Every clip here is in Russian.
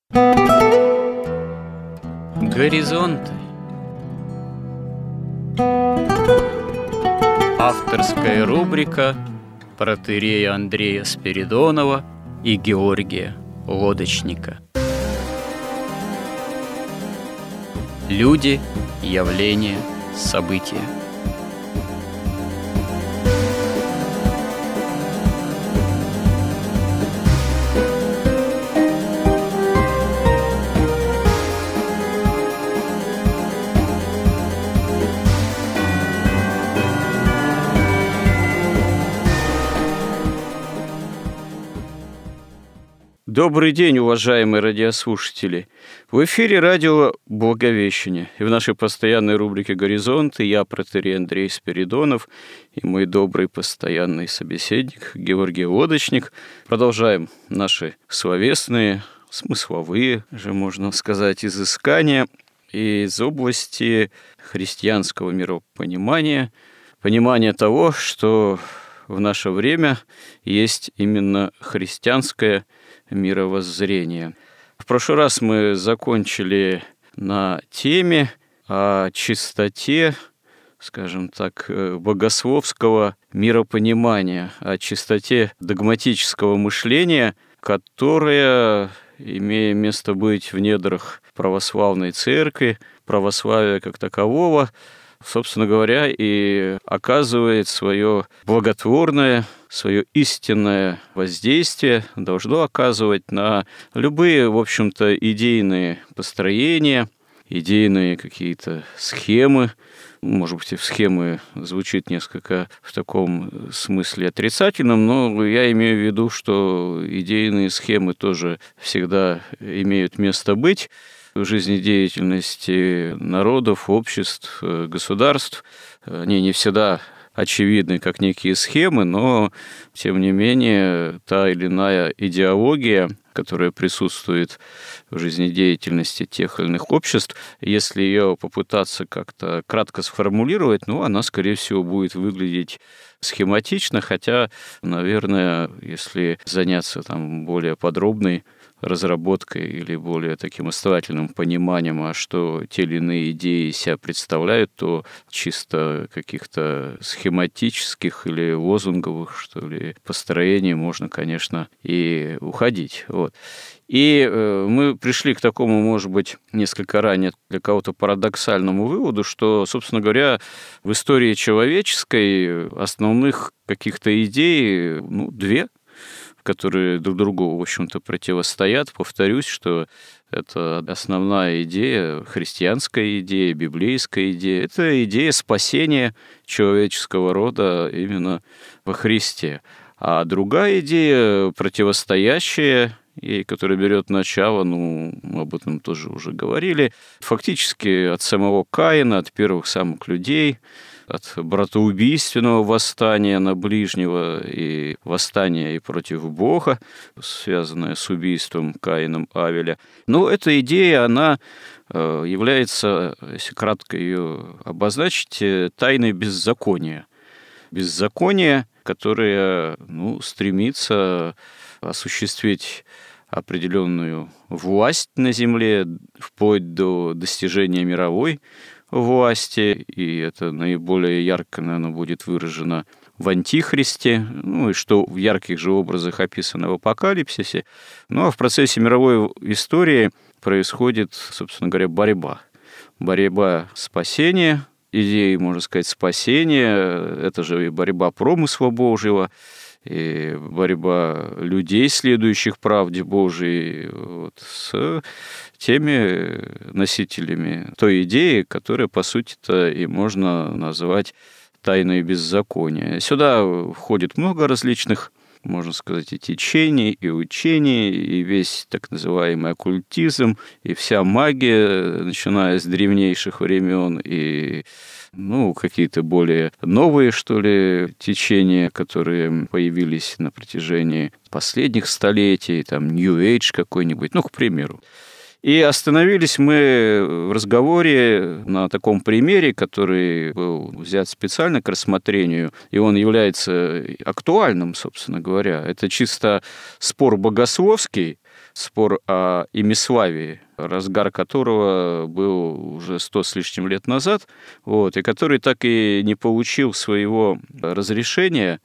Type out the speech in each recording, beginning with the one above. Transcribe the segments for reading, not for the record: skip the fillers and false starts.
Горизонты. Авторская рубрика протоиерея Андрея Спиридонова и Георгия Лодочника. Люди, явления, события. Добрый день, уважаемые радиослушатели! В эфире радио «Благовещение». И в нашей постоянной рубрике «Горизонты» я, протоиерей Андрей Спиридонов, и мой добрый постоянный собеседник Георгий Лодочник продолжаем наши словесные, смысловые, же можно сказать, изыскания из области христианского миропонимания, понимания того, что в наше время есть именно христианское мировоззрение. В прошлый раз мы закончили на теме о чистоте, скажем так, богословского миропонимания, о чистоте догматического мышления, которое, имея место быть в недрах православной церкви, православия как такового, собственно говоря, и оказывает свое благотворное, свое истинное воздействие, должно оказывать на любые, в общем-то, идейные построения, идейные какие-то схемы. Может быть, и схемы звучит несколько в таком смысле отрицательном, но я имею в виду, что идейные схемы тоже всегда имеют место быть в жизнедеятельности народов, обществ, государств. Они не всегда очевидны, как некие схемы, но, тем не менее, та или иная идеология, которая присутствует в жизнедеятельности тех или иных обществ, если ее попытаться как-то кратко сформулировать, она, скорее всего, будет выглядеть схематично, хотя, наверное, если заняться более подробной разработкой или более таким основательным пониманием, а что те или иные идеи себя представляют, то чисто каких-то схематических или лозунговых, что ли, построений можно, конечно, и уходить. И мы пришли к такому, может быть, несколько ранее для кого-то парадоксальному выводу, что, собственно говоря, в истории человеческой основных каких-то идей, две, которые друг другу, в общем-то, противостоят. Повторюсь, что это основная идея, христианская идея, библейская идея. Это идея спасения человеческого рода именно во Христе. А другая идея, противостоящая ей, которая берет начало, мы об этом тоже уже говорили, фактически от самого Каина, от первых самых людей, от братоубийственного восстания на ближнего и восстания и против Бога, связанное с убийством Каином Авеля. Но эта идея, она является, если кратко ее обозначить, тайной беззакония. Беззаконие, которое стремится осуществить определенную власть на земле, вплоть до достижения мировой власти, и это наиболее ярко, наверное, будет выражено в Антихристе, и что в ярких же образах описано в Апокалипсисе. А в процессе мировой истории происходит, собственно говоря, борьба. Борьба спасения, идеи, можно сказать, спасения, это же и борьба промысла Божьего, и борьба людей, следующих правде Божией, с теми носителями той идеи, которая, по сути-то, и можно назвать тайной беззакония. Сюда входит много различных, можно сказать, и течений, и учений, и весь так называемый оккультизм, и вся магия, начиная с древнейших времен, и какие-то более новые, что ли, течения, которые появились на протяжении последних столетий, New Age какой-нибудь, к примеру. И остановились мы в разговоре на таком примере, который был взят специально к рассмотрению, и он является актуальным, собственно говоря. Это чисто спор богословский, спор о Имиславии, разгар которого был уже 100 с лишним лет назад, и который так и не получил своего разрешения.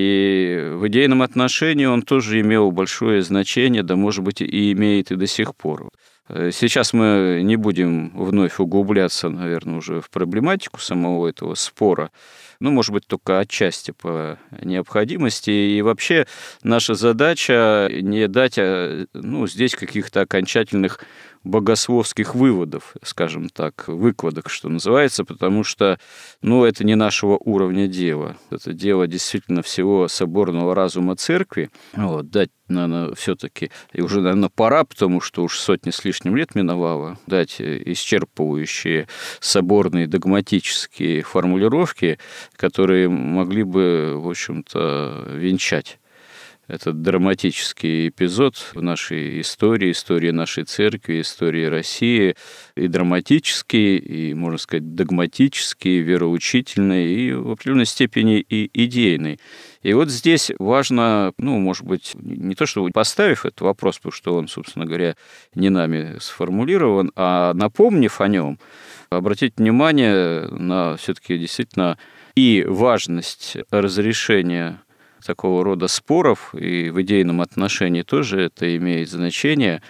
И в идейном отношении он тоже имел большое значение, да, может быть, и имеет и до сих пор. Сейчас мы не будем вновь углубляться, наверное, уже в проблематику самого этого спора, может быть, только отчасти по необходимости. И вообще наша задача не дать, здесь каких-то окончательных богословских выводов, скажем так, выкладок, что называется, потому что, это не нашего уровня дело. Это дело действительно всего соборного разума церкви. Дать, наверное, все-таки, и уже, наверное, пора, потому что уж сотни с лишним лет миновало, дать исчерпывающие соборные догматические формулировки, которые могли бы, в общем-то, венчать этот драматический эпизод в нашей истории нашей церкви, истории России, и драматический, и, можно сказать, догматический, вероучительный, и в определенной степени и идейный. И вот здесь важно, может быть, не то, что поставив этот вопрос, потому что он, собственно говоря, не нами сформулирован, а напомнив о нем, обратить внимание на все-таки действительно и важность разрешения такого рода споров, и в идейном отношении тоже это имеет значение.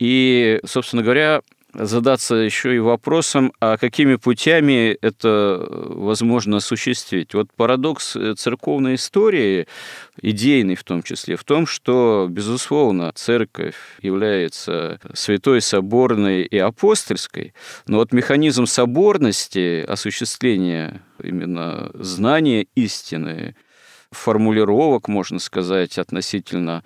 И, собственно говоря, задаться еще и вопросом, а какими путями это возможно осуществить. Вот парадокс церковной истории, идейный в том числе, в том, что, безусловно, церковь является святой, соборной и апостольской, но вот механизм соборности, осуществления именно знания истины, формулировок, можно сказать, относительно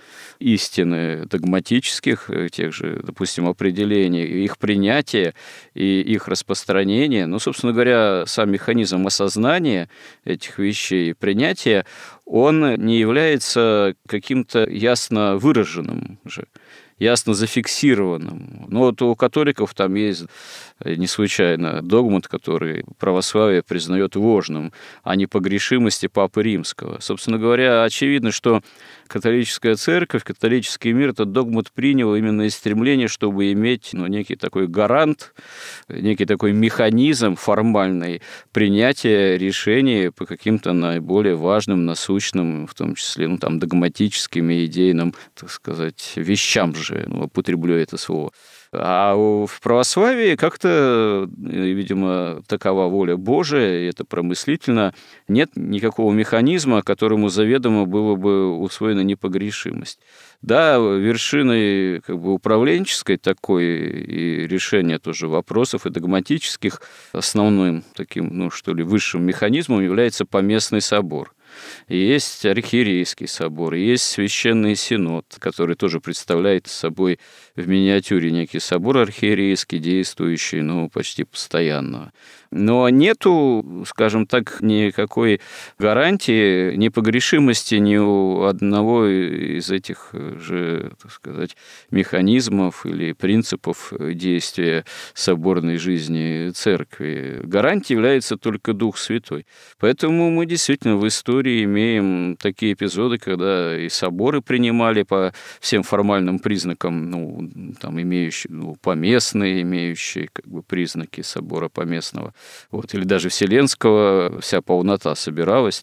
истины догматических, тех же, допустим, определений, их принятия и их распространения. Собственно говоря, сам механизм осознания этих вещей и принятия, он не является каким-то ясно выраженным же, ясно зафиксированным. У католиков там есть не случайно догмат, который православие признает ложным, о непогрешимости Папы Римского. Собственно говоря, очевидно, что католическая церковь, католический мир этот догмат принял именно из стремления, чтобы иметь некий такой гарант, некий такой механизм формальный принятия решений по каким-то наиболее важным, насущным, в том числе догматическим и идейным, так сказать, вещам же, употреблю это слово. А в православии как-то, видимо, такова воля Божия, и это промыслительно, нет никакого механизма, которому заведомо было бы усвоена непогрешимость. Да, вершиной управленческой такой и решения тоже вопросов и догматических основным таким, высшим механизмом является поместный собор. Есть архиерейский собор, есть священный синод, который тоже представляет собой в миниатюре некий собор архиерейский, действующий, почти постоянно. Но нету, скажем так, никакой гарантии непогрешимости ни у одного из этих же, так сказать, механизмов или принципов действия соборной жизни церкви. Гарантией является только Дух Святой. Поэтому мы действительно в истории имеем такие эпизоды, когда и соборы принимали по всем формальным признакам, имеющие, поместные, имеющие признаки собора поместного. Или даже Вселенского вся полнота собиралась,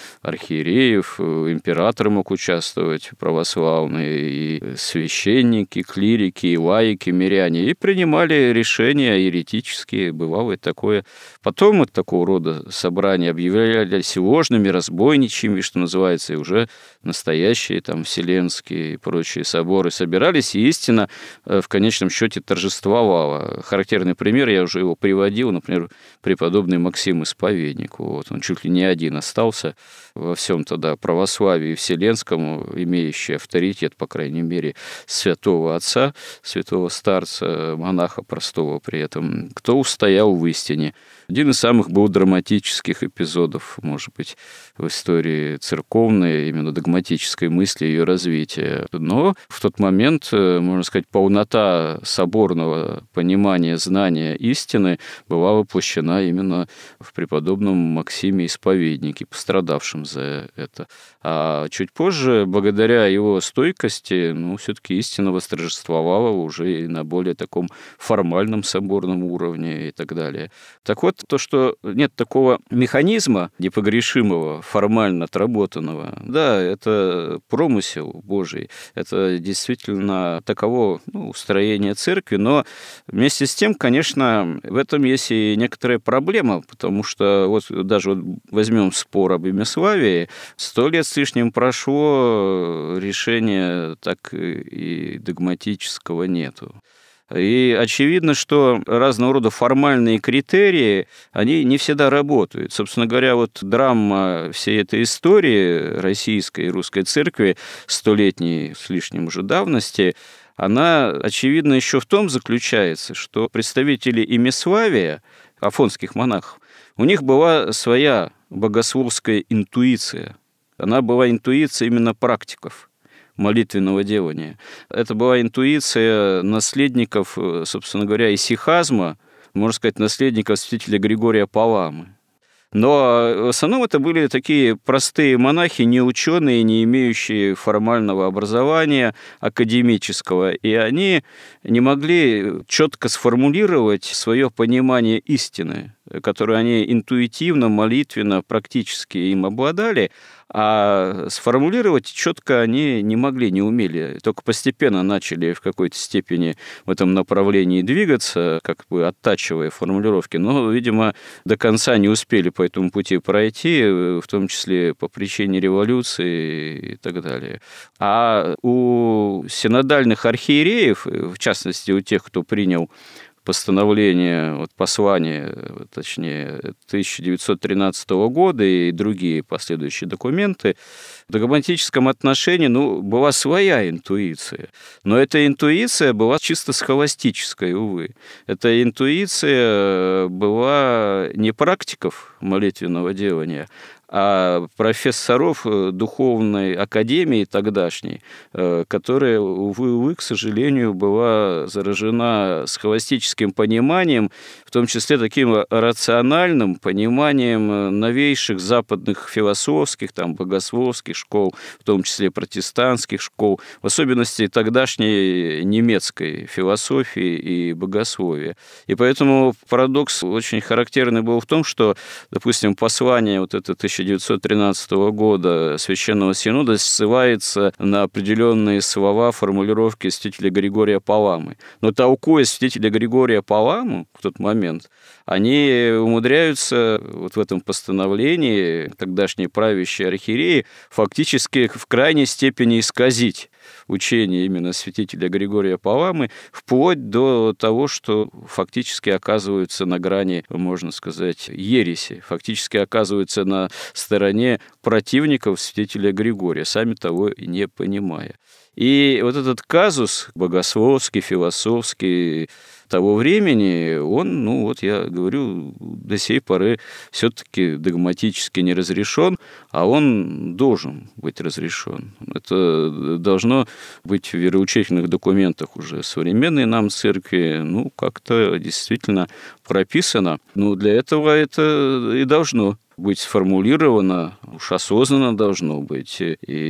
архиереев, император мог участвовать, православные, и священники, клирики, и лаики, миряне, и принимали решения еретические, бывало и такое. Потом такого рода собрания объявлялись ложными, разбойничьими, что называется, и уже настоящие вселенские и прочие соборы собирались, и истина в конечном счете торжествовала. Характерный пример, я уже его приводил, например, преподобный Максим Исповедник. Он чуть ли не один остался во всем тогда православии вселенскому, имеющий авторитет, по крайней мере, святого отца, святого старца, монаха простого при этом, кто устоял в истине. Один из самых был драматических эпизодов, может быть, в истории церковной, именно догматической мысли, ее развития. Но в тот момент, можно сказать, полнота соборного понимания, знания истины была воплощена именно в преподобном Максиме Исповеднике, пострадавшем за это. А чуть позже, благодаря его стойкости, все-таки истина восторжествовала уже и на более таком формальном соборном уровне и так далее. Так вот, то, что нет такого механизма непогрешимого, формально отработанного, да, это промысел Божий, это действительно таково устроение церкви, но вместе с тем, конечно, в этом есть и некоторая проблема, потому что даже возьмем спор об имяславии, 100 лет с лишним прошло, решения так и догматического нету. И очевидно, что разного рода формальные критерии, они не всегда работают. Собственно говоря, драма всей этой истории российской и русской церкви, 100-летней с лишним уже давности, она, очевидно, еще в том заключается, что представители имяславия, афонских монахов, у них была своя богословская интуиция. Она была интуиция именно практиков молитвенного делания. Это была интуиция наследников, собственно говоря, исихазма, можно сказать, наследников святителя Григория Паламы. Но в основном это были такие простые монахи, не ученые, не имеющие формального образования академического, и они не могли четко сформулировать свое понимание истины, которую они интуитивно, молитвенно, практически им обладали, а сформулировать четко они не могли, не умели. Только постепенно начали в какой-то степени в этом направлении двигаться, как бы оттачивая формулировки, но, видимо, до конца не успели по этому пути пройти, в том числе по причине революции и так далее. А у синодальных архиереев, в частности, у тех, кто принял постановление, послание, точнее, 1913 года и другие последующие документы, в догматическом отношении, была своя интуиция. Но эта интуиция была чисто схоластической, увы. Эта интуиция была не практиков молитвенного делания, а профессоров духовной академии тогдашней, которая, увы, к сожалению, была заражена схоластическим пониманием, в том числе таким рациональным пониманием новейших западных философских, богословских школ, в том числе протестантских школ, в особенности тогдашней немецкой философии и богословия. И поэтому парадокс очень характерный был в том, что, допустим, послание это 1913 года Священного Синода ссылается на определенные слова, формулировки святителя Григория Паламы. Но толкуя святителя Григория Паламу в тот момент, они умудряются в этом постановлении тогдашней правящей архиереи фактически в крайней степени исказить учение именно святителя Григория Паламы, вплоть до того, что фактически оказываются на грани, можно сказать, ереси, фактически оказываются на стороне противников святителя Григория, сами того и не понимая. И этот казус богословский, философский того времени, он, я говорю, до сей поры все-таки догматически не разрешен, а он должен быть разрешен. Это должно быть в вероучительных документах уже современной нам церкви, как-то действительно прописано. Для этого это и должно быть сформулировано, уж осознанно должно быть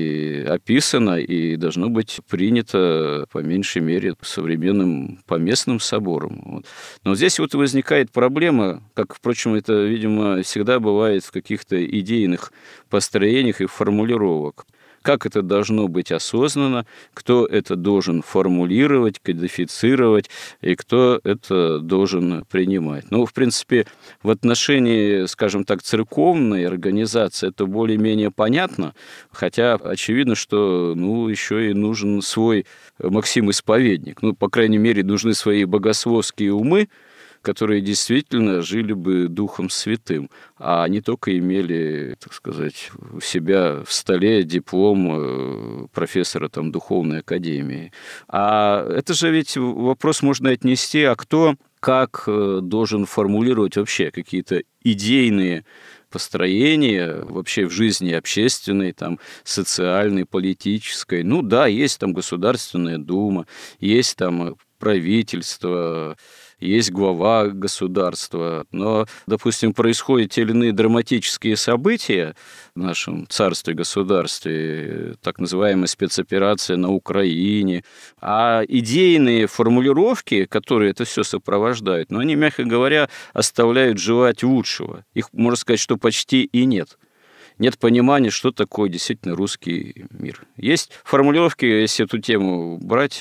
и описано, и должно быть принято, по меньшей мере, современным поместным собором. Но здесь возникает проблема, как, впрочем, это, видимо, всегда бывает в каких-то идейных построениях и формулировок. Как это должно быть осознанно, кто это должен формулировать, кодифицировать, и кто это должен принимать. В принципе, в отношении, скажем так, церковной организации это более-менее понятно, хотя очевидно, что, еще и нужен свой Максим-исповедник. По крайней мере, нужны свои богословские умы, которые действительно жили бы Духом Святым, а не только имели, так сказать, у себя в столе диплом профессора духовной академии. А это же ведь вопрос можно отнести, а кто как должен формулировать вообще какие-то идейные построения вообще в жизни общественной, там, социальной, политической. Ну да, есть там Государственная Дума, есть там правительство, есть глава государства. Но, допустим, происходят те или иные драматические события в нашем царстве-государстве, так называемая спецоперация на Украине, а идейные формулировки, которые это все сопровождают, но они, мягко говоря, оставляют желать лучшего. Их, можно сказать, что почти и нет. Нет понимания, что такое действительно русский мир. Есть формулировки, если эту тему брать,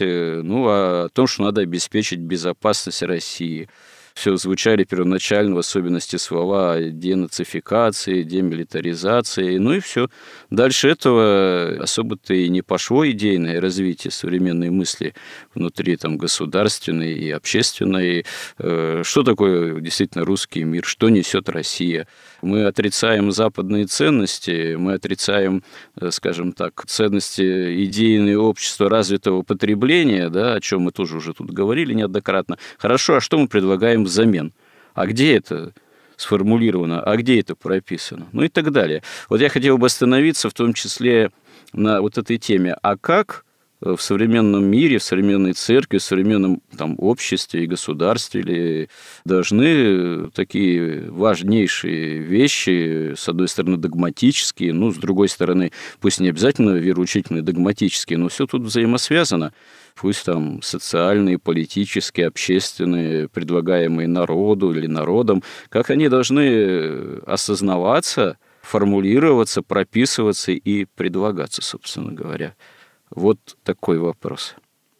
о том, что надо обеспечить безопасность России. Все звучали первоначально, в особенности слова денацификации, демилитаризации, и все. Дальше этого особо-то и не пошло идейное развитие современной мысли внутри государственной и общественной. Что такое действительно русский мир, что несет Россия? Мы отрицаем западные ценности, мы отрицаем, скажем так, ценности идейного общества развитого потребления, да, о чем мы тоже уже тут говорили неоднократно. Хорошо, а что мы предлагаем взамен? А где это сформулировано? А где это прописано? И так далее. Вот я хотел бы остановиться в том числе на вот этой теме. А как в современном мире, в современной церкви, в современном обществе и государстве должны такие важнейшие вещи, с одной стороны, догматические, с другой стороны, пусть не обязательно вероучительные, догматические, но все тут взаимосвязано. Пусть социальные, политические, общественные, предлагаемые народу или народам, как они должны осознаваться, формулироваться, прописываться и предлагаться, собственно говоря. Вот такой вопрос.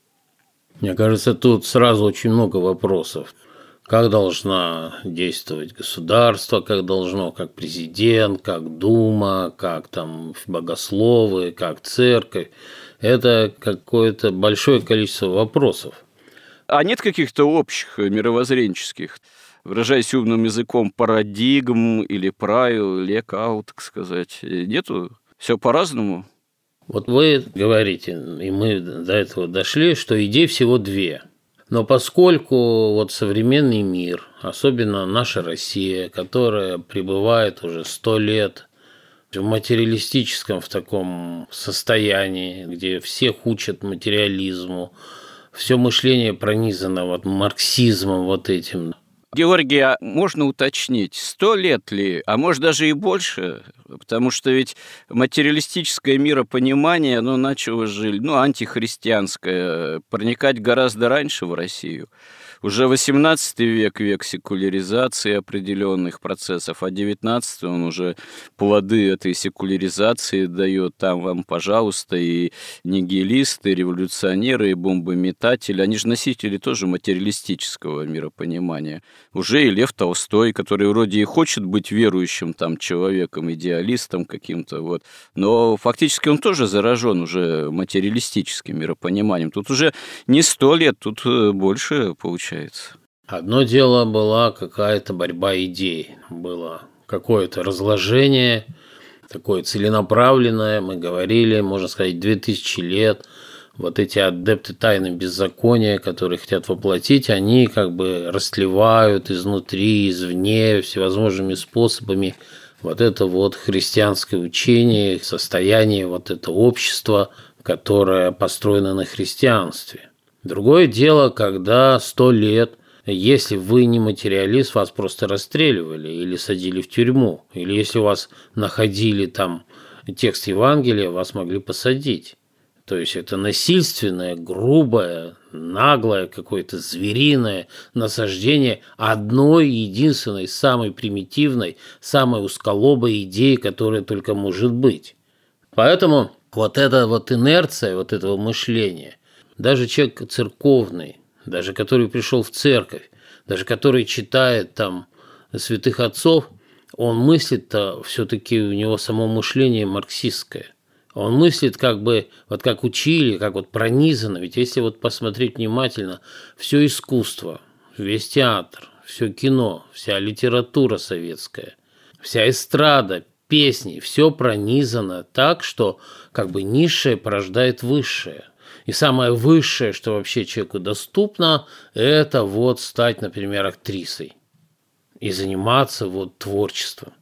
Мне кажется, тут сразу очень много вопросов. Как должна действовать государство, как президент, как Дума, как богословы, как церковь. Это какое-то большое количество вопросов. А нет каких-то общих мировоззренческих, выражаясь умным языком, парадигм или правил, лекаут, так сказать? Нету? Все по-разному? Вот вы говорите, и мы до этого дошли, что идей всего две. Но поскольку современный мир, особенно наша Россия, которая пребывает уже 100 лет в материалистическом в таком состоянии, где всех учат материализму, все мышление пронизано марксизмом этим. Георгий, а можно уточнить, 100 лет ли, а может даже и больше? Потому что ведь материалистическое миропонимание, оно начало же, антихристианское, проникать гораздо раньше в Россию. Уже XVIII век – век секуляризации определенных процессов, а XIX он уже плоды этой секуляризации дает. Там вам, пожалуйста, и нигилисты, и революционеры, и бомбометатели. Они же носители тоже материалистического миропонимания. Уже и Лев Толстой, который вроде и хочет быть верующим человеком, идеалистом каким-то, но фактически он тоже заражен уже материалистическим миропониманием. Тут уже не 100 лет, тут больше получается. Одно дело была какая-то борьба идей, было какое-то разложение, такое целенаправленное, мы говорили, можно сказать, 2000 лет, эти адепты тайны беззакония, которые хотят воплотить, они растлевают изнутри, извне, всевозможными способами это христианское учение, состояние это общество, которое построено на христианстве. Другое дело, когда 100 лет, если вы не материалист, вас просто расстреливали или садили в тюрьму, или если вас находили текст Евангелия, вас могли посадить. То есть это насильственное, грубое, наглое, какое-то звериное насаждение одной единственной, самой примитивной, самой узколобой идеи, которая только может быть. Поэтому эта инерция этого мышления, даже человек церковный, даже который пришел в церковь, даже который читает святых отцов, он мыслит-то все-таки у него само мышление марксистское. Он мыслит как учили, как пронизано. Ведь если посмотреть внимательно, все искусство, весь театр, все кино, вся литература советская, вся эстрада, песни, все пронизано так, что низшее порождает высшее. И самое высшее, что вообще человеку доступно, это стать, например, актрисой и заниматься творчеством.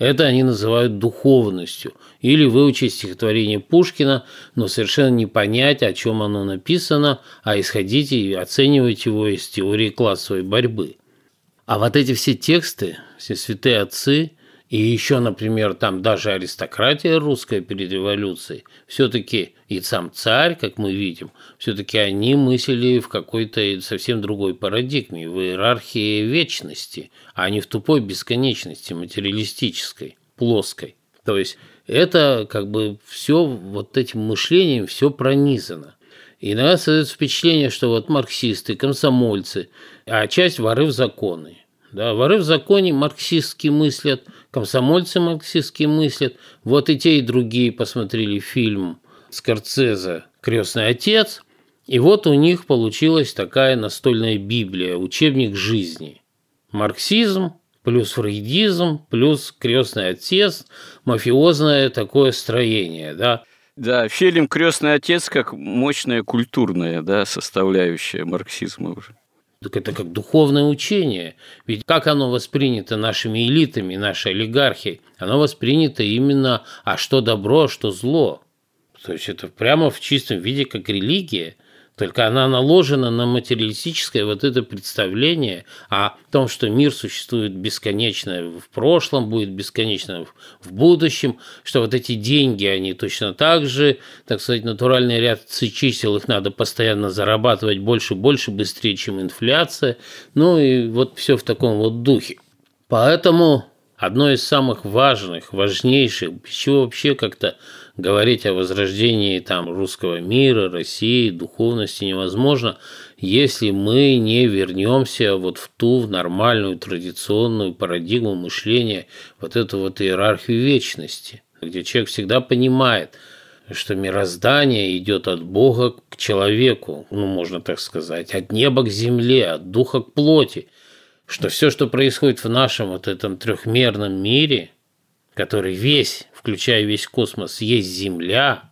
Это они называют духовностью. Или выучить стихотворение Пушкина, но совершенно не понять, о чем оно написано, а исходить и оценивать его из теории классовой борьбы. А вот эти все тексты, все святые отцы, и еще, например, там даже аристократия русская перед революцией, все-таки и сам царь, как мы видим, все-таки они мыслили в какой-то совсем другой парадигме, в иерархии вечности, а не в тупой бесконечности, материалистической, плоской. То есть это как бы все вот этим мышлением все пронизано. И иногда создается впечатление, что вот марксисты, комсомольцы, а часть воры в законе. Да, воры в законе марксистски мыслят, комсомольцы марксистски мыслят. Вот и те, и другие посмотрели фильм Скорсезе «Крестный отец», и вот у них получилась такая настольная Библия, учебник жизни. Марксизм плюс фрейдизм плюс «Крестный отец», мафиозное такое строение, да. Да, фильм «Крестный отец» как мощная культурная, да, составляющая марксизма уже. Так это как духовное учение. Ведь как оно воспринято нашими элитами, нашей олигархией? Оно воспринято именно «а что добро, а что зло». То есть это прямо в чистом виде как религия, только она наложена на материалистическое вот это представление о том, что мир существует бесконечно в прошлом, будет бесконечно в будущем, что вот эти деньги, они точно так же, так сказать, натуральный ряд чисел, их надо постоянно зарабатывать больше, быстрее, чем инфляция. Ну и вот все в таком вот духе. Поэтому одно из самых важнейших, без чего вообще как-то говорить о возрождении там русского мира, России, духовности невозможно, если мы не вернемся вот в ту нормальную традиционную парадигму мышления, вот эту вот иерархию вечности, где человек всегда понимает, что мироздание идет от Бога к человеку, ну, можно так сказать, от неба к земле, от духа к плоти, что все, что происходит в нашем вот этом трехмерном мире, который весь, включая весь космос, есть Земля,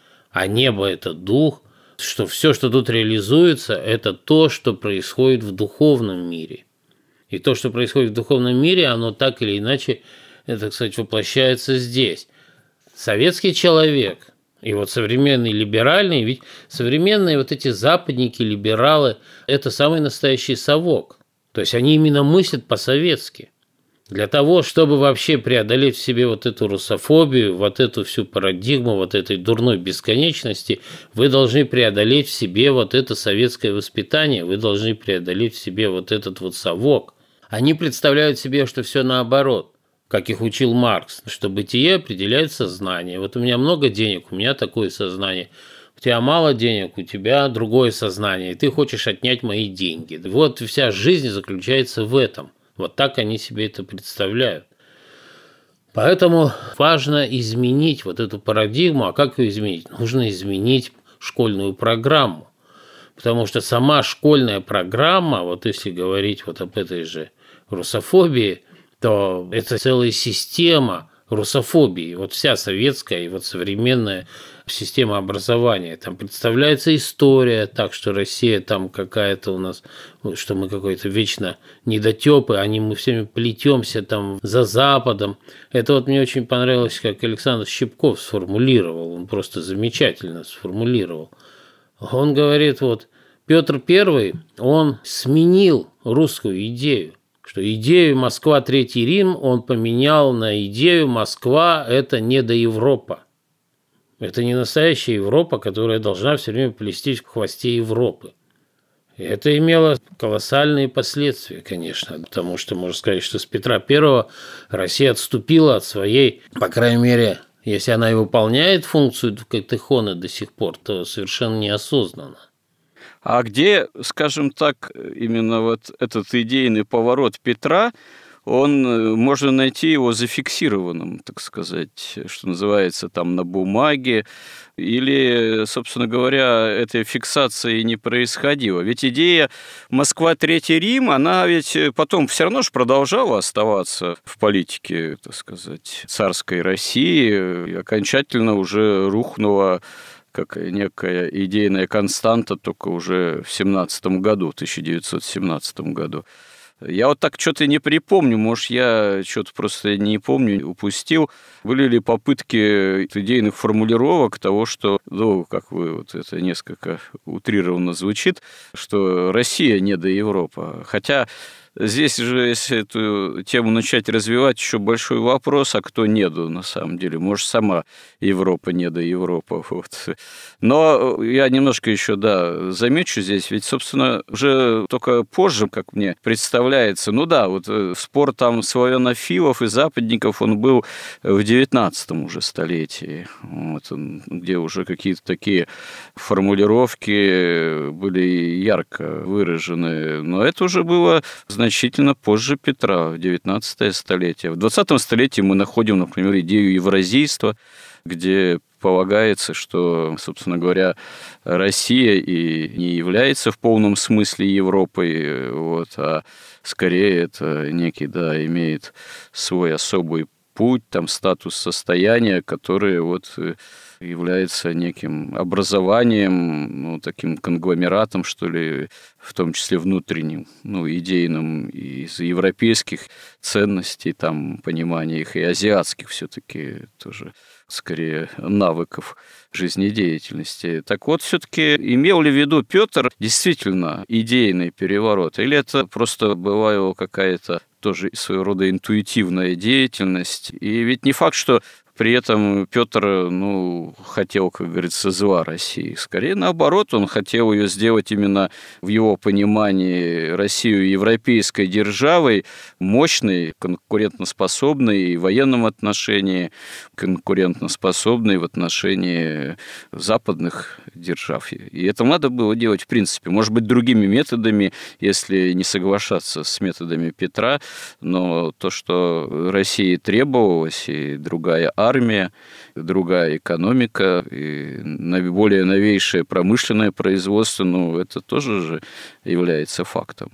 а небо – это дух, что все, что тут реализуется, это то, что происходит в духовном мире. И то, что происходит в духовном мире, оно так или иначе, так сказать, воплощается здесь. Советский человек и вот современный либеральный, ведь современные вот эти западники, либералы – это самый настоящий совок. То есть они именно мыслят по-советски. Для того, чтобы вообще преодолеть в себе вот эту русофобию, вот эту всю парадигму, вот этой дурной бесконечности, вы должны преодолеть в себе вот это советское воспитание, вы должны преодолеть в себе вот этот вот совок. Они представляют себе, что все наоборот, как их учил Маркс, что бытие определяет сознание. Вот у меня много денег, у меня такое сознание. У тебя мало денег, у тебя другое сознание, и ты хочешь отнять мои деньги. Вот вся жизнь заключается в этом. Вот так они себе это представляют. Поэтому важно изменить вот эту парадигму. А как ее изменить? Нужно изменить школьную программу. Потому что сама школьная программа, вот если говорить вот об этой же русофобии, то это целая система русофобии. Вот вся советская и вот современная система образования. Там представляется история так, что Россия там какая-то у нас, что мы какой-то вечно недотёпы, мы всеми плетемся там за Западом. Это вот мне очень понравилось, как Александр Щипков сформулировал. Он просто замечательно сформулировал. Он говорит, вот Петр I, он сменил русскую идею. Что идею «Москва, Третий Рим» он поменял на идею «Москва – это не до Европа». Это не настоящая Европа, которая должна все время плестись в хвосте Европы. И это имело колоссальные последствия, конечно, потому что можно сказать, что с Петра I Россия отступила от своей, по крайней мере, если она и выполняет функцию катехона до сих пор, то совершенно неосознанно. А где, скажем так, именно вот этот идейный поворот Петра, можно найти его зафиксированным, так сказать, что называется, там на бумаге, или, собственно говоря, этой фиксации не происходило. Ведь идея «Москва, Третий Рим», она ведь потом все равно же продолжала оставаться в политике, так сказать, царской России, и окончательно уже рухнула как некая идейная константа только уже в 1917 году. Я вот так что-то не припомню, может, я что-то просто не помню, упустил. Были ли попытки идейных формулировок того, что, как вы, вот это несколько утрированно звучит, что Россия не до Европы. Хотя здесь же, если эту тему начать развивать, еще большой вопрос, а кто неду на самом деле? Может, сама Европа не до Европы. Вот. Но я немножко еще, замечу здесь, ведь, собственно, уже только позже, как мне представляется, спор там славянофилов и западников, он был в 19 уже столетии, где уже какие-то такие формулировки были ярко выражены. Но это уже было значительно позже Петра, в 19 столетие. В 20 столетии мы находим, например, идею евразийства, где полагается, что, собственно говоря, Россия и не является в полном смысле Европой, а скорее это некий, имеет свой особый путь, там, статус состояния, который является неким образованием, таким конгломератом, что ли, в том числе внутренним, идейным из европейских ценностей, там, понимания их, и азиатских все-таки тоже, скорее, навыков жизнедеятельности. Так вот, все-таки имел ли в виду Петр действительно идейный переворот, или это просто бывала какая-то тоже своего рода интуитивная деятельность? И ведь не факт, что при этом Петр, хотел, как говорится, зла России. Скорее, наоборот, он хотел ее сделать именно в его понимании Россию европейской державой, мощной, конкурентоспособной и в военном отношении, конкурентоспособной в отношении западных держав. И это надо было делать, в принципе, может быть, другими методами, если не соглашаться с методами Петра, но то, что России требовалось, и другая армия, другая экономика, и более новейшее промышленное производство, это тоже же является фактом.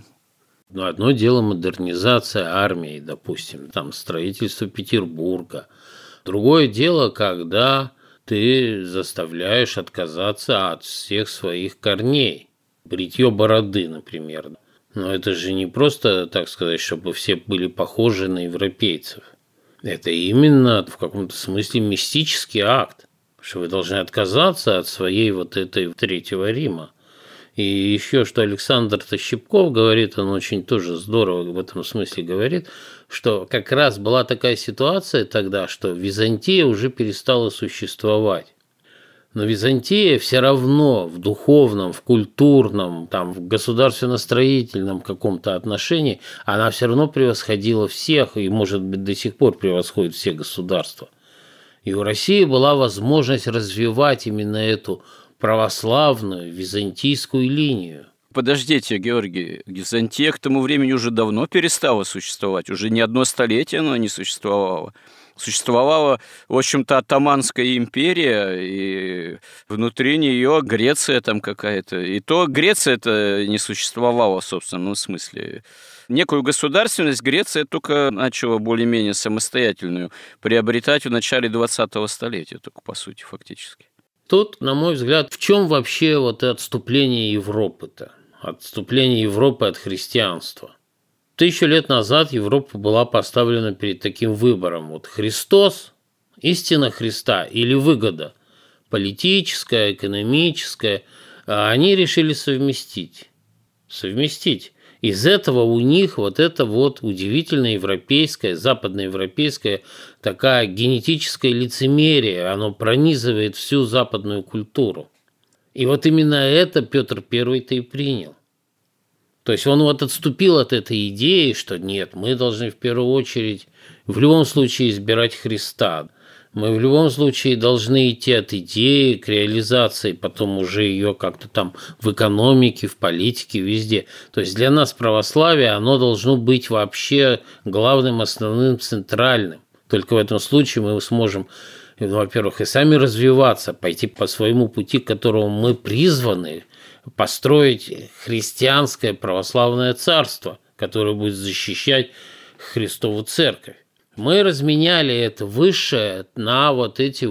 Одно дело модернизация армии, допустим, там строительство Петербурга. Другое дело, когда ты заставляешь отказаться от всех своих корней. Бритье бороды, например. Но это же не просто, так сказать, чтобы все были похожи на европейцев. Это именно в каком-то смысле мистический акт, что вы должны отказаться от своей этой Третьего Рима. И еще, что Александр Тощепков говорит, он очень тоже здорово в этом смысле говорит, что как раз была такая ситуация тогда, что Византия уже перестала существовать. Но Византия все равно в духовном, в культурном, в государственно-строительном каком-то отношении, она все равно превосходила всех и, может быть, до сих пор превосходит все государства. И у России была возможность развивать именно эту православную византийскую линию. Подождите, Георгий, Византия к тому времени уже давно перестала существовать, уже не одно столетие она не существовала. Существовала, в общем-то, Оттоманская империя, и внутри нее Греция там какая-то. И то Греция-то не существовала в собственном смысле. Некую государственность Греция только начала более-менее самостоятельную приобретать в начале 20-го столетия, только по сути, фактически. Тут, на мой взгляд, в чем вообще отступление Европы-то? Отступление Европы от христианства. 1000 лет назад Европа была поставлена перед таким выбором. Христос, истина Христа или выгода, политическая, экономическая, а они решили совместить. Из этого у них это удивительное европейское, западноевропейское такая генетическое лицемерие, оно пронизывает всю западную культуру. И именно это Петр I-то и принял. То есть он отступил от этой идеи, что нет, мы должны в первую очередь в любом случае избирать Христа. Мы в любом случае должны идти от идеи к реализации, потом уже ее как-то там в экономике, в политике, везде. То есть для нас православие, оно должно быть вообще главным, основным, центральным. Только в этом случае мы сможем, во-первых, и сами развиваться, пойти по своему пути, к которому мы призваны, построить христианское православное царство, которое будет защищать Христову Церковь. Мы разменяли это высшее на эти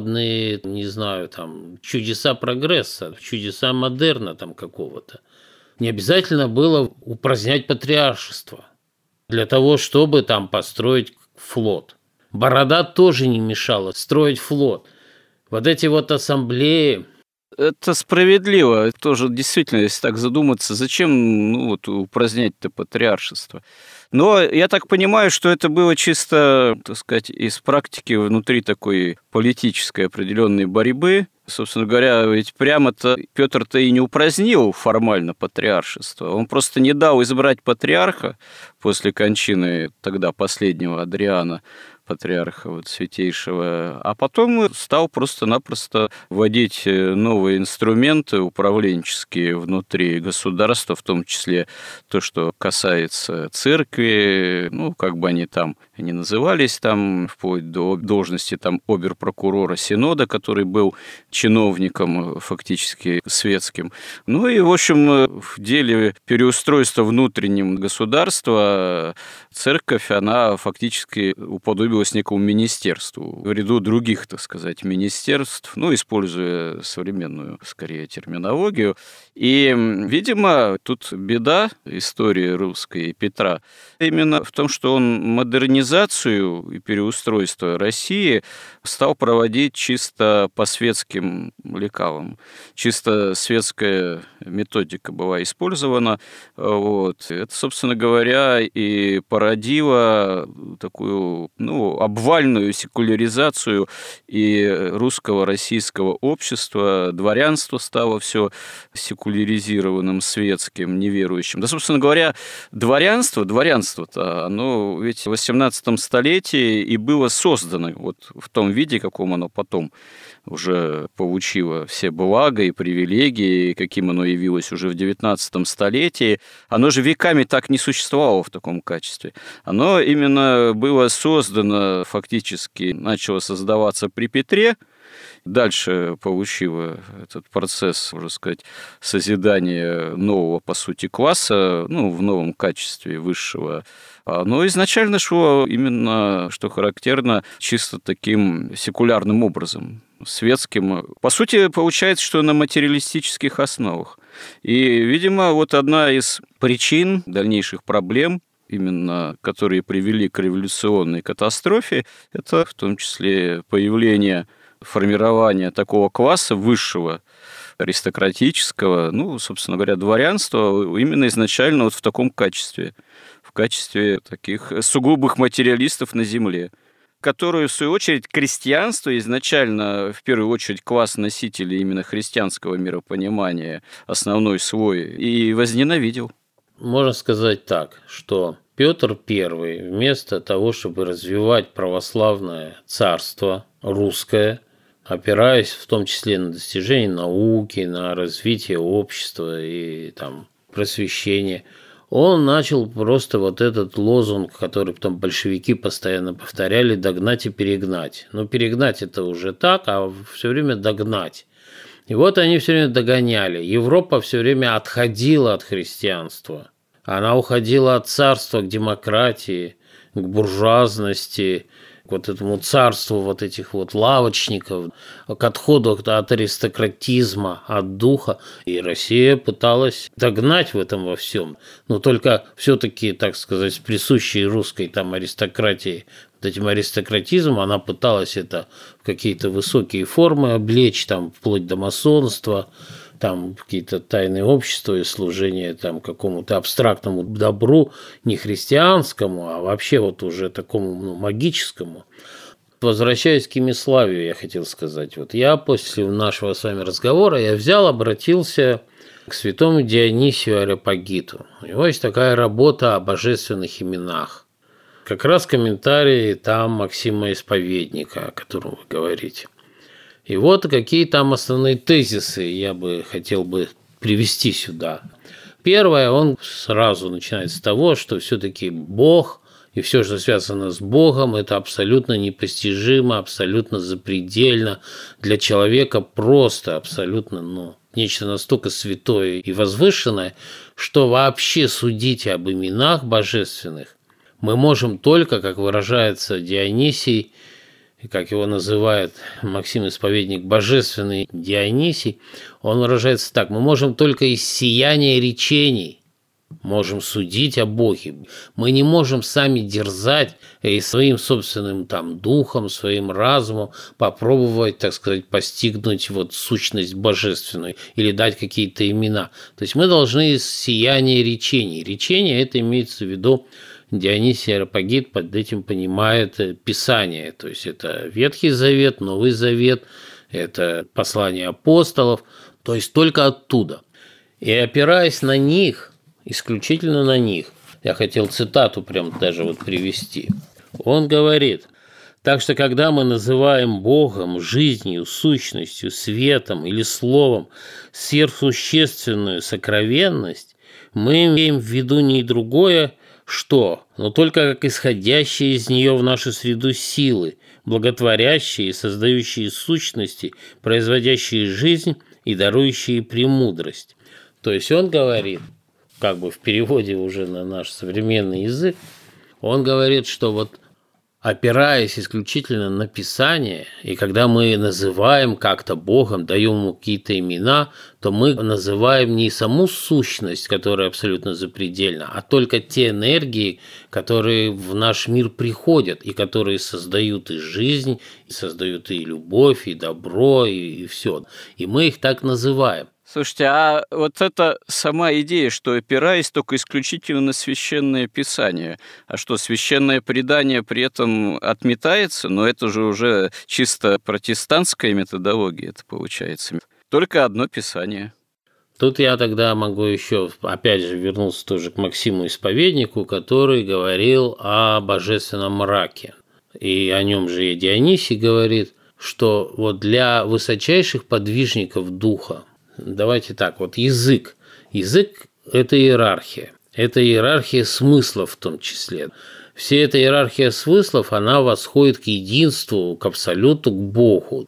западные, чудеса прогресса, чудеса модерна какого-то. Не обязательно было упразднять патриаршество для того, чтобы там построить флот. Борода тоже не мешала строить флот. Вот эти вот ассамблеи. Это справедливо. Тоже действительно, если так задуматься, зачем упразднять-то патриаршество? Но я так понимаю, что это было чисто, так сказать, из практики внутри такой политической определенной борьбы. Собственно говоря, ведь прямо-то Петр-то и не упразднил формально патриаршество. Он просто не дал избрать патриарха после кончины тогда последнего Адриана, патриарха святейшего, а потом стал просто-напросто вводить новые инструменты управленческие внутри государства, в том числе то, что касается церкви, как бы они там ни назывались, там, вплоть до должности там обер-прокурора Синода, который был чиновником фактически светским. И, в общем, в деле переустройства внутреннего государства церковь, она фактически уподобилась некому министерству, в ряду других, так сказать, министерств, используя современную, скорее, терминологию. И, видимо, тут беда истории русской Петра именно в том, что он модернизацию и переустройство России стал проводить чисто по светским лекалам. Чисто светская методика была использована. Это, собственно говоря, и породило такую, обвальную секуляризацию и русского, российского общества. Дворянство стало все секуляризированным, светским, неверующим. Да, собственно говоря, дворянство-то, оно ведь в 18 столетии и было создано в том виде, каком оно потом уже получило все блага и привилегии, каким оно явилось уже в 19 столетии. Оно же веками так не существовало в таком качестве. Оно именно было создано, фактически начало создаваться при Петре, дальше получило этот процесс, можно сказать, созидания нового, по сути, класса, в новом качестве высшего. Но изначально шло именно, что характерно, чисто таким секулярным образом, светским. По сути, получается, что на материалистических основах. И, видимо, одна из причин дальнейших проблем, именно которые привели к революционной катастрофе, это в том числе формирование такого класса высшего, аристократического, собственно говоря, дворянства, именно изначально в таком качестве, в качестве таких сугубых материалистов на земле, которые, в свою очередь, крестьянство изначально, в первую очередь, класс носителей именно христианского миропонимания, основной слой, и возненавидел. Можно сказать так, что Петр I вместо того, чтобы развивать православное царство русское, опираясь в том числе на достижения науки, на развитие общества и просвещение, он начал просто этот лозунг, который потом большевики постоянно повторяли: догнать и перегнать. Но перегнать это уже так, а все время догнать. И они все время догоняли. Европа все время отходила от христианства. Она уходила от царства к демократии, к буржуазности, к этому царству этих лавочников, к отходу от аристократизма, от духа. И Россия пыталась догнать в этом во всем. Но только все-таки, так сказать, с присущей русской аристократии, этим аристократизмом, она пыталась это в какие-то высокие формы облечь, вплоть до масонства, какие-то тайные общества и служение какому-то абстрактному добру, не христианскому, а вообще уже такому магическому. Возвращаясь к Имиславию, я хотел сказать, я после нашего с вами разговора обратился к святому Дионисию Ареопагиту. У него есть такая работа о божественных именах. Как раз комментарии Максима Исповедника, о котором вы говорите. И какие основные тезисы я бы хотел привести сюда. Первое, он сразу начинает с того, что все-таки Бог и все, что связано с Богом, это абсолютно непостижимо, абсолютно запредельно для человека, просто абсолютно, нечто настолько святое и возвышенное, что вообще судить об именах божественных мы можем только, как выражается Дионисий, и как его называет Максим Исповедник, божественный Дионисий, он выражается так: мы можем только из сияния речений можем судить о Боге. Мы не можем сами дерзать и своим собственным духом, своим разумом попробовать, так сказать, постигнуть сущность божественную или дать какие-то имена. То есть мы должны из сияния речений. Речение – это имеется в виду, Дионисий Ареопагит под этим понимает Писание. То есть это Ветхий Завет, Новый Завет, это послания апостолов. То есть только оттуда. И опираясь на них, исключительно на них, я хотел цитату прям даже привести. Он говорит: так что когда мы называем Богом, жизнью, сущностью, светом или словом сверхсущественную сокровенность, мы имеем в виду не другое, но только как исходящие из нее в нашу среду силы, благотворящие и создающие сущности, производящие жизнь и дарующие премудрость. То есть он говорит, в переводе уже на наш современный язык, он говорит, что опираясь исключительно на Писание, и когда мы называем как-то Богом, даем ему какие-то имена, то мы называем не саму сущность, которая абсолютно запредельна, а только те энергии, которые в наш мир приходят, и которые создают и жизнь, и создают и любовь, и добро, и все. И мы их так называем. Слушайте, а эта сама идея, что опираясь только исключительно на Священное Писание, а что, Священное Предание при этом отметается? Но это же уже чисто протестантская методология, это получается. Только одно Писание. Тут я тогда могу еще, опять же, вернуться тоже к Максиму Исповеднику, который говорил о божественном мраке. И о нем же и Дионисий говорит, что для высочайших подвижников духа, давайте так, язык. Язык – это иерархия. Это иерархия смыслов в том числе. Вся эта иерархия смыслов, она восходит к единству, к абсолюту, к Богу.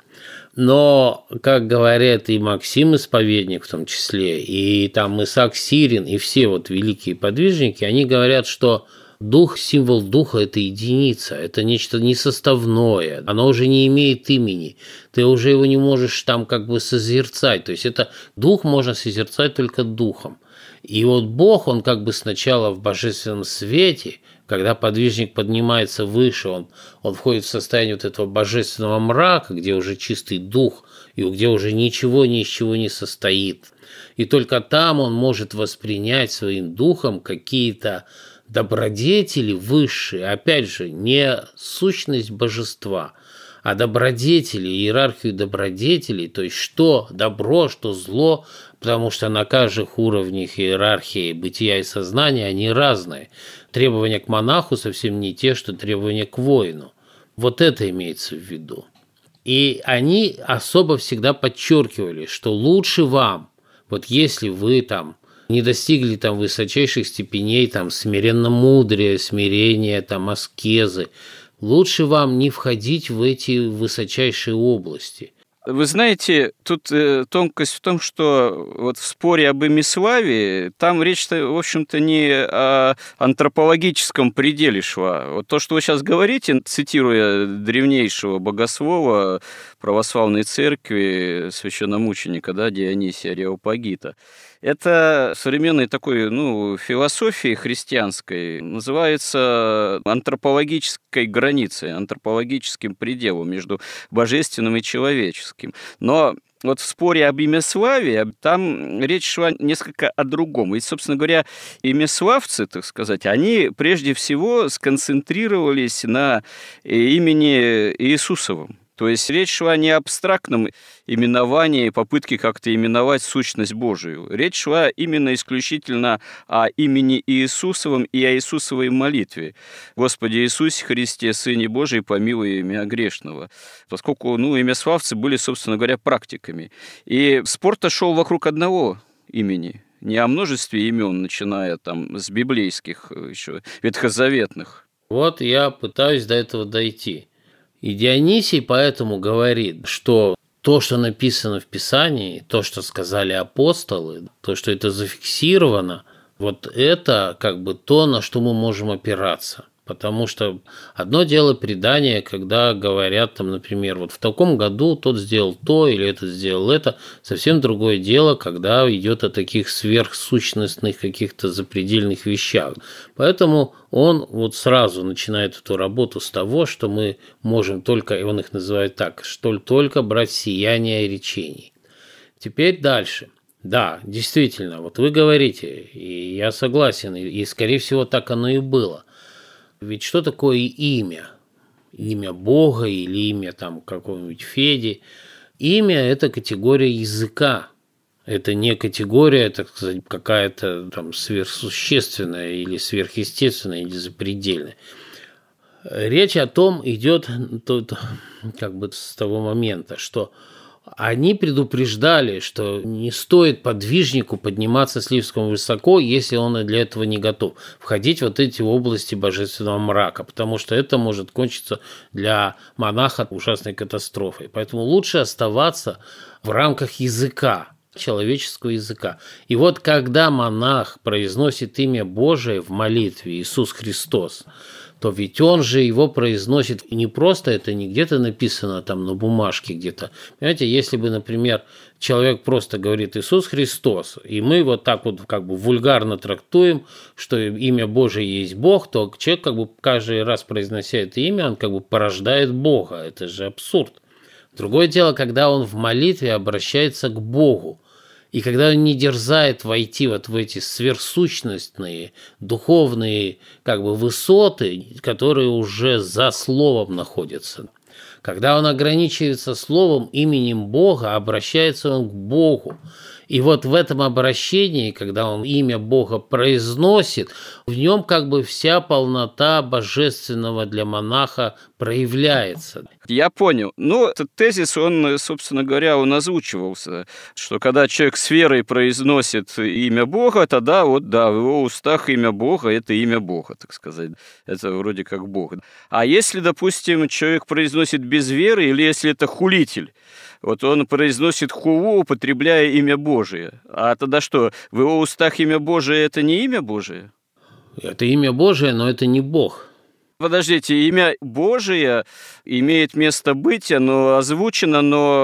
Но, как говорят и Максим Исповедник в том числе, и Исаак Сирин, и все великие подвижники, они говорят, что дух, символ духа – это единица, это нечто несоставное, оно уже не имеет имени, ты уже его не можешь созерцать, то есть это дух можно созерцать только духом. И Бог, он сначала в божественном свете, когда подвижник поднимается выше, он входит в состояние этого божественного мрака, где уже чистый дух, и где уже ничего ни из чего не состоит. И только там он может воспринять своим духом какие-то добродетели высшие, опять же, не сущность божества, а добродетели, иерархию добродетелей, то есть что добро, что зло, потому что на каждых уровнях иерархии бытия и сознания они разные. Требования к монаху совсем не те, что требования к воину. Это имеется в виду. И они особо всегда подчеркивали, что лучше вам, если вы не достигли высочайших степеней смиренно-мудрия, смирения, аскезы, лучше вам не входить в эти высочайшие области. Вы знаете, тут тонкость в том, что в споре об имяславии там речь-то, в общем-то, не о антропологическом пределе шла. То, что вы сейчас говорите, цитируя древнейшего богослова православной церкви, священномученика, Дионисия Ареопагита, это современной такой, философии христианской называется антропологической границей, антропологическим пределом между божественным и человеческим. Но в споре об имяславии там речь шла несколько о другом. И, собственно говоря, имяславцы, так сказать, они прежде всего сконцентрировались на имени Иисусовом. То есть речь шла не о абстрактном именовании, попытке как-то именовать сущность Божию. Речь шла именно исключительно о имени Иисусовом и о Иисусовой молитве. «Господи Иисусе Христе, Сыне Божий, помилуй меня грешного». Поскольку имяславцы были, собственно говоря, практиками. И спор-то шел вокруг одного имени. Не о множестве имен, начиная с библейских, еще ветхозаветных. Я пытаюсь до этого дойти. И Дионисий поэтому говорит, что то, что написано в Писании, то, что сказали апостолы, то, что это зафиксировано, это то, на что мы можем опираться. Потому что одно дело предание, когда говорят, там, например, вот в таком году тот сделал то или этот сделал это. Совсем другое дело, когда идет о таких сверхсущностных каких-то запредельных вещах. Поэтому он вот сразу начинает эту работу с того, что мы можем только, и он их называет так, что только брать сияние речений. Теперь дальше. Да, действительно, вот вы говорите, и я согласен, и скорее всего так оно и было. Ведь что такое имя? Имя Бога или имя там какого-нибудь Феди? Имя – это категория языка. Это не категория, так сказать, какая-то там сверхсущественная или сверхъестественная или запредельная. Речь о том идет тут как бы с того момента, что они предупреждали, что не стоит подвижнику подниматься слишком высоко, если он для этого не готов, входить в вот эти области божественного мрака, потому что это может кончиться для монаха ужасной катастрофой. Поэтому лучше оставаться в рамках языка, человеческого языка. И вот когда монах произносит имя Божие в молитве «Иисус Христос», то ведь он же его произносит не просто, это не где-то написано там на бумажке где-то. Понимаете, если бы, например, человек просто говорит «Иисус Христос», и мы вот так вот как бы вульгарно трактуем, что имя Божие есть Бог, то человек как бы каждый раз, произнося это имя, он как бы порождает Бога. Это же абсурд. Другое дело, когда он в молитве обращается к Богу. И когда он не дерзает войти вот в эти сверхсущностные, духовные как бы высоты, которые уже за словом находятся. Когда он ограничивается словом, именем Бога, обращается он к Богу. И вот в этом обращении, когда он имя Бога произносит, в нем как бы вся полнота божественного для монаха проявляется. Я понял. Ну, этот тезис, он, собственно говоря, он озвучивался, что когда человек с верой произносит имя Бога, тогда вот, да, в его устах имя Бога – это имя Бога, так сказать. Это вроде как Бог. А если, допустим, человек произносит без веры, или если это хулитель, вот он произносит хулу, употребляя имя Божие. А тогда что, в его устах имя Божие – это не имя Божие? Это имя Божие, но это не Бог. Подождите, имя Божие имеет место быть, оно озвучено,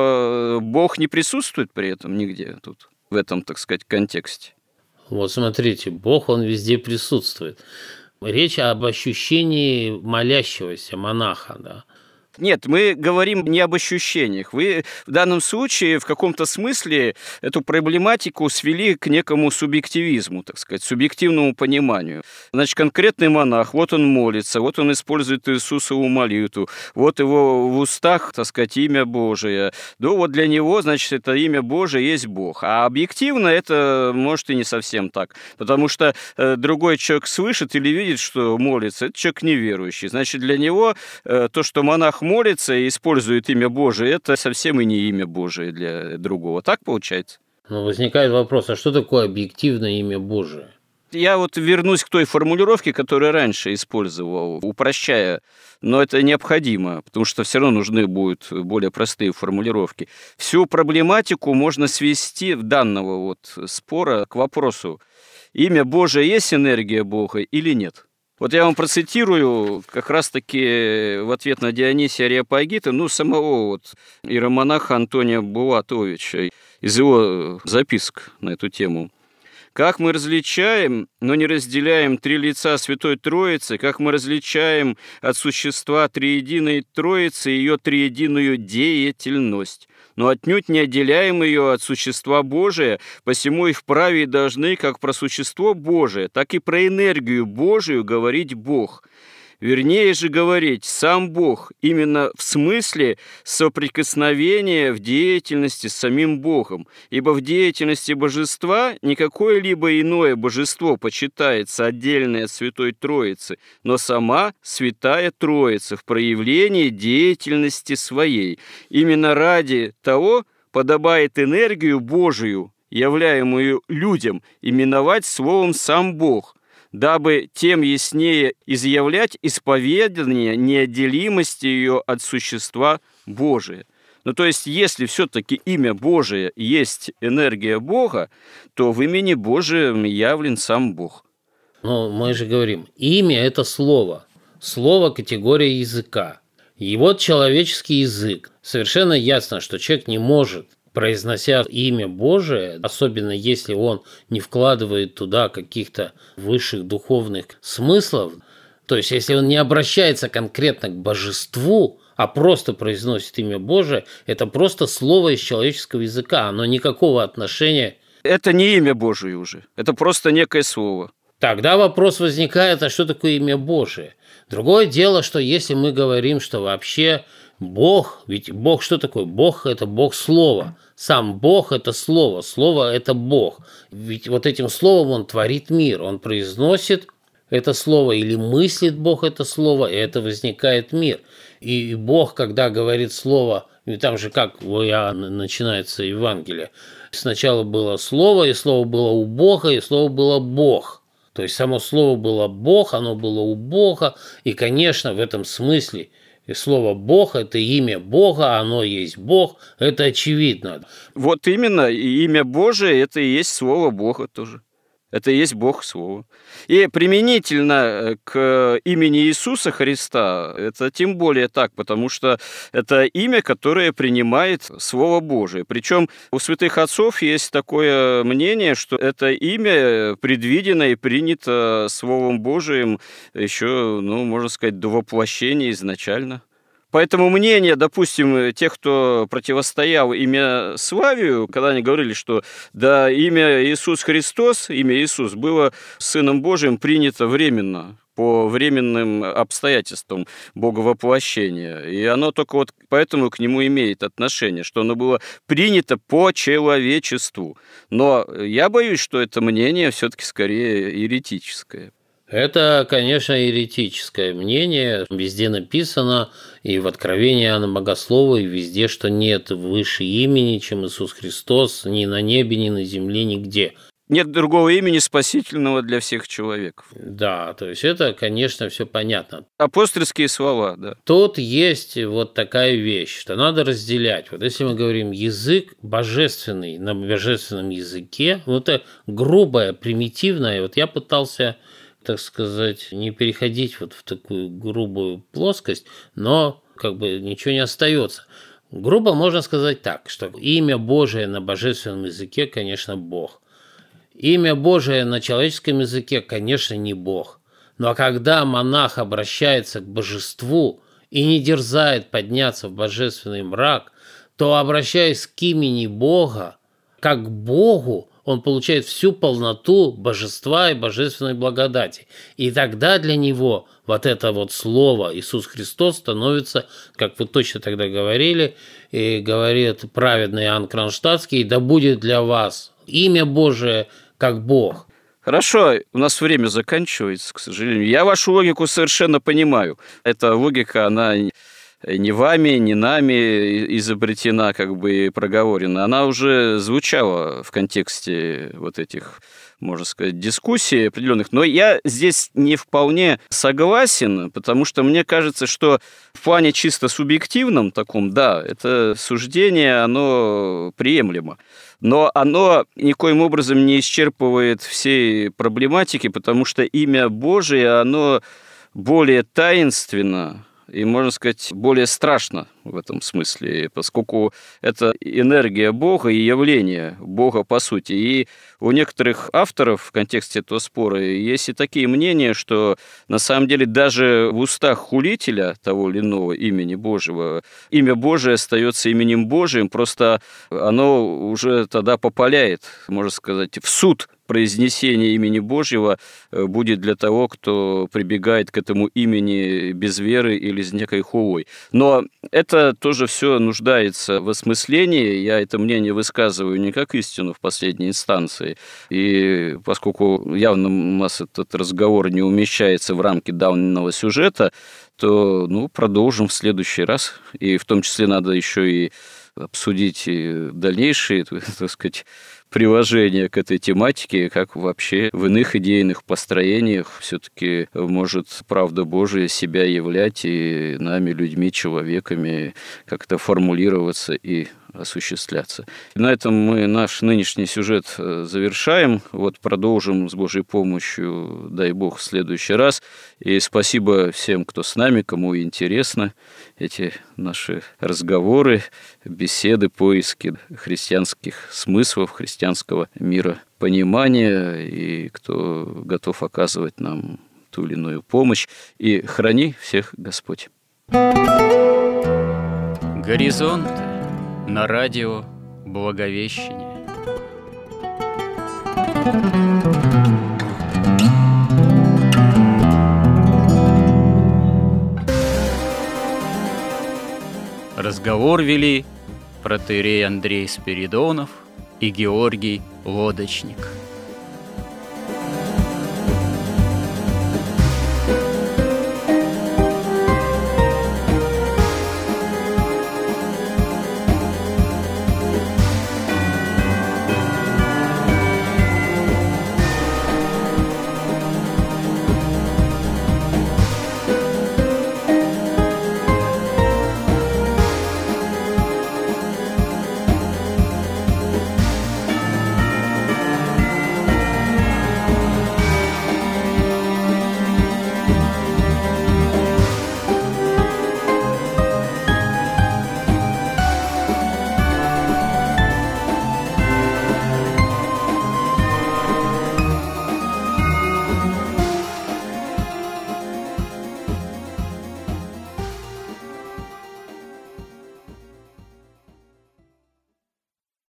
но Бог не присутствует при этом нигде тут, в этом, так сказать, контексте. Вот смотрите, Бог, он везде присутствует. Речь об ощущении молящегося монаха, да. Нет, мы говорим не об ощущениях. Вы в данном случае в каком-то смысле эту проблематику свели к некому субъективизму, так сказать, субъективному пониманию. Значит, конкретный монах, вот он молится, вот он использует Иисусову молитву, вот его в устах, так сказать, имя Божие. Да, вот для него, значит, это имя Божие есть Бог. А объективно это может и не совсем так, потому что другой человек слышит или видит, что молится, это человек неверующий. Значит, для него то, что монах молится и использует имя Божие, это совсем и не имя Божие для другого. Так получается? Но возникает вопрос, а что такое объективное имя Божие? Я вот вернусь к той формулировке, которую раньше использовал, упрощая, но это необходимо, потому что все равно нужны будут более простые формулировки. Всю проблематику можно свести в данного вот спора к вопросу, имя Божие есть энергия Бога или нет? Вот я вам процитирую как раз-таки в ответ на Дионисия Ареопагита, самого вот иеромонаха Антония Булатовича из его записок на эту тему. «Как мы различаем, но не разделяем три лица Святой Троицы, как мы различаем от существа Триединой Троицы ее триединую деятельность, но отнюдь не отделяем ее от существа Божия, посему и вправе должны как про существо Божие, так и про энергию Божию говорить Бог. Вернее же говорить сам Бог, именно в смысле соприкосновения в деятельности с самим Богом, ибо в деятельности божества не какое-либо иное божество почитается отдельное от Святой Троицы, но сама Святая Троица в проявлении деятельности своей. Именно ради того подобает энергию Божию, являемую людям, именовать словом «сам Бог», дабы тем яснее изъявлять исповедание неотделимости ее от существа Божия. То есть, если все-таки имя Божие есть энергия Бога, то в имени Божием явлен сам Бог. Но мы же говорим, имя – это слово. Слово – категория языка. И вот человеческий язык. Совершенно ясно, что человек не может, произнося имя Божие, особенно если он не вкладывает туда каких-то высших духовных смыслов, то есть если он не обращается конкретно к божеству, а просто произносит имя Божие, это просто слово из человеческого языка, оно никакого отношения. Это не имя Божие уже, это просто некое слово. Тогда вопрос возникает, а что такое имя Божие? Другое дело, что если мы говорим, что вообще Бог, ведь Бог что такое? Бог – это Бог слова. Сам Бог – это слово, слово – это Бог. Ведь вот этим словом Он творит мир, Он произносит это слово или мыслит Бог это слово, и это возникает мир. И Бог, когда говорит слово, и там же как начинается Евангелие, сначала было слово, и слово было у Бога, и слово было Бог. То есть само слово было Бог, оно было у Бога, и, конечно, в этом смысле слово Бог – это имя Бога, оно есть Бог, это очевидно. Вот именно, и имя Божие – это и есть слово Бога тоже. Это и есть Бог Слово. И применительно к имени Иисуса Христа, это тем более так, потому что это имя, которое принимает Слово Божие. Причем у святых отцов есть такое мнение, что это имя предвидено и принято Словом Божиим еще, можно сказать, до воплощения изначально. Поэтому мнение, допустим, тех, кто противостоял имя Славию, когда они говорили, что да, имя Иисус Христос, имя Иисус, было Сыном Божиим принято временно, по временным обстоятельствам Боговоплощения. И оно только вот поэтому к нему имеет отношение, что оно было принято по человечеству. Но я боюсь, что это мнение все-таки скорее еретическое. Это, конечно, еретическое мнение. Везде написано, и в Откровении Иоанна Богослова, и везде, что нет выше имени, чем Иисус Христос, ни на небе, ни на земле, нигде. Нет другого имени спасительного для всех человеков. Да, то есть это, конечно, все понятно. Апостольские слова, да. Тут есть вот такая вещь, что надо разделять. Вот если мы говорим язык божественный на божественном языке, это грубое, примитивное. Вот я пытался, так сказать, не переходить вот в такую грубую плоскость, но ничего не остается. Грубо можно сказать так, что имя Божие на божественном языке, конечно, Бог. Имя Божие на человеческом языке, конечно, не Бог. Но когда монах обращается к божеству и не дерзает подняться в божественный мрак, то, обращаясь к имени Бога, как к Богу, он получает всю полноту божества и божественной благодати. И тогда для него вот это вот слово Иисус Христос становится, как вы точно тогда говорили, и говорит праведный Иоанн Кронштадтский: «Да будет для вас имя Божие как Бог». Хорошо, у нас время заканчивается, к сожалению. Я вашу логику совершенно понимаю. Эта логика, она не вами, не нами изобретена, и проговорена. Она уже звучала в контексте вот этих, можно сказать, дискуссий определенных. Но я здесь не вполне согласен, потому что мне кажется, что в плане чисто субъективном таком, да, это суждение, оно приемлемо. Но оно никоим образом не исчерпывает всей проблематики, потому что имя Божие, оно более таинственно и, можно сказать, более страшно в этом смысле, поскольку это энергия Бога и явление Бога по сути. И у некоторых авторов в контексте этого спора есть и такие мнения, что на самом деле даже в устах хулителя того или иного имени Божьего имя Божие остается именем Божиим, просто оно уже тогда попаляет, можно сказать, в суд. Произнесение имени Божьего будет для того, кто прибегает к этому имени без веры или с некой хулой. Но это тоже все нуждается в осмыслении. Я это мнение высказываю не как истину в последней инстанции. И поскольку явно у нас этот разговор не умещается в рамки данного сюжета, то продолжим в следующий раз. И в том числе надо еще и обсудить дальнейшие, так сказать, приложение к этой тематике, как вообще в иных идейных построениях все-таки может правда Божия себя являть и нами, людьми, человеками, как-то формулироваться и осуществляться. На этом мы наш нынешний сюжет завершаем. Вот продолжим с Божьей помощью, дай Бог, в следующий раз. И спасибо всем, кто с нами, кому интересно эти наши разговоры, беседы, поиски христианских смыслов, христианского миропонимания, и кто готов оказывать нам ту или иную помощь. И храни всех Господь. Горизонты на радио Благовещение. Разговор вели протоиерей Андрей Спиридонов и Георгий Лодочник.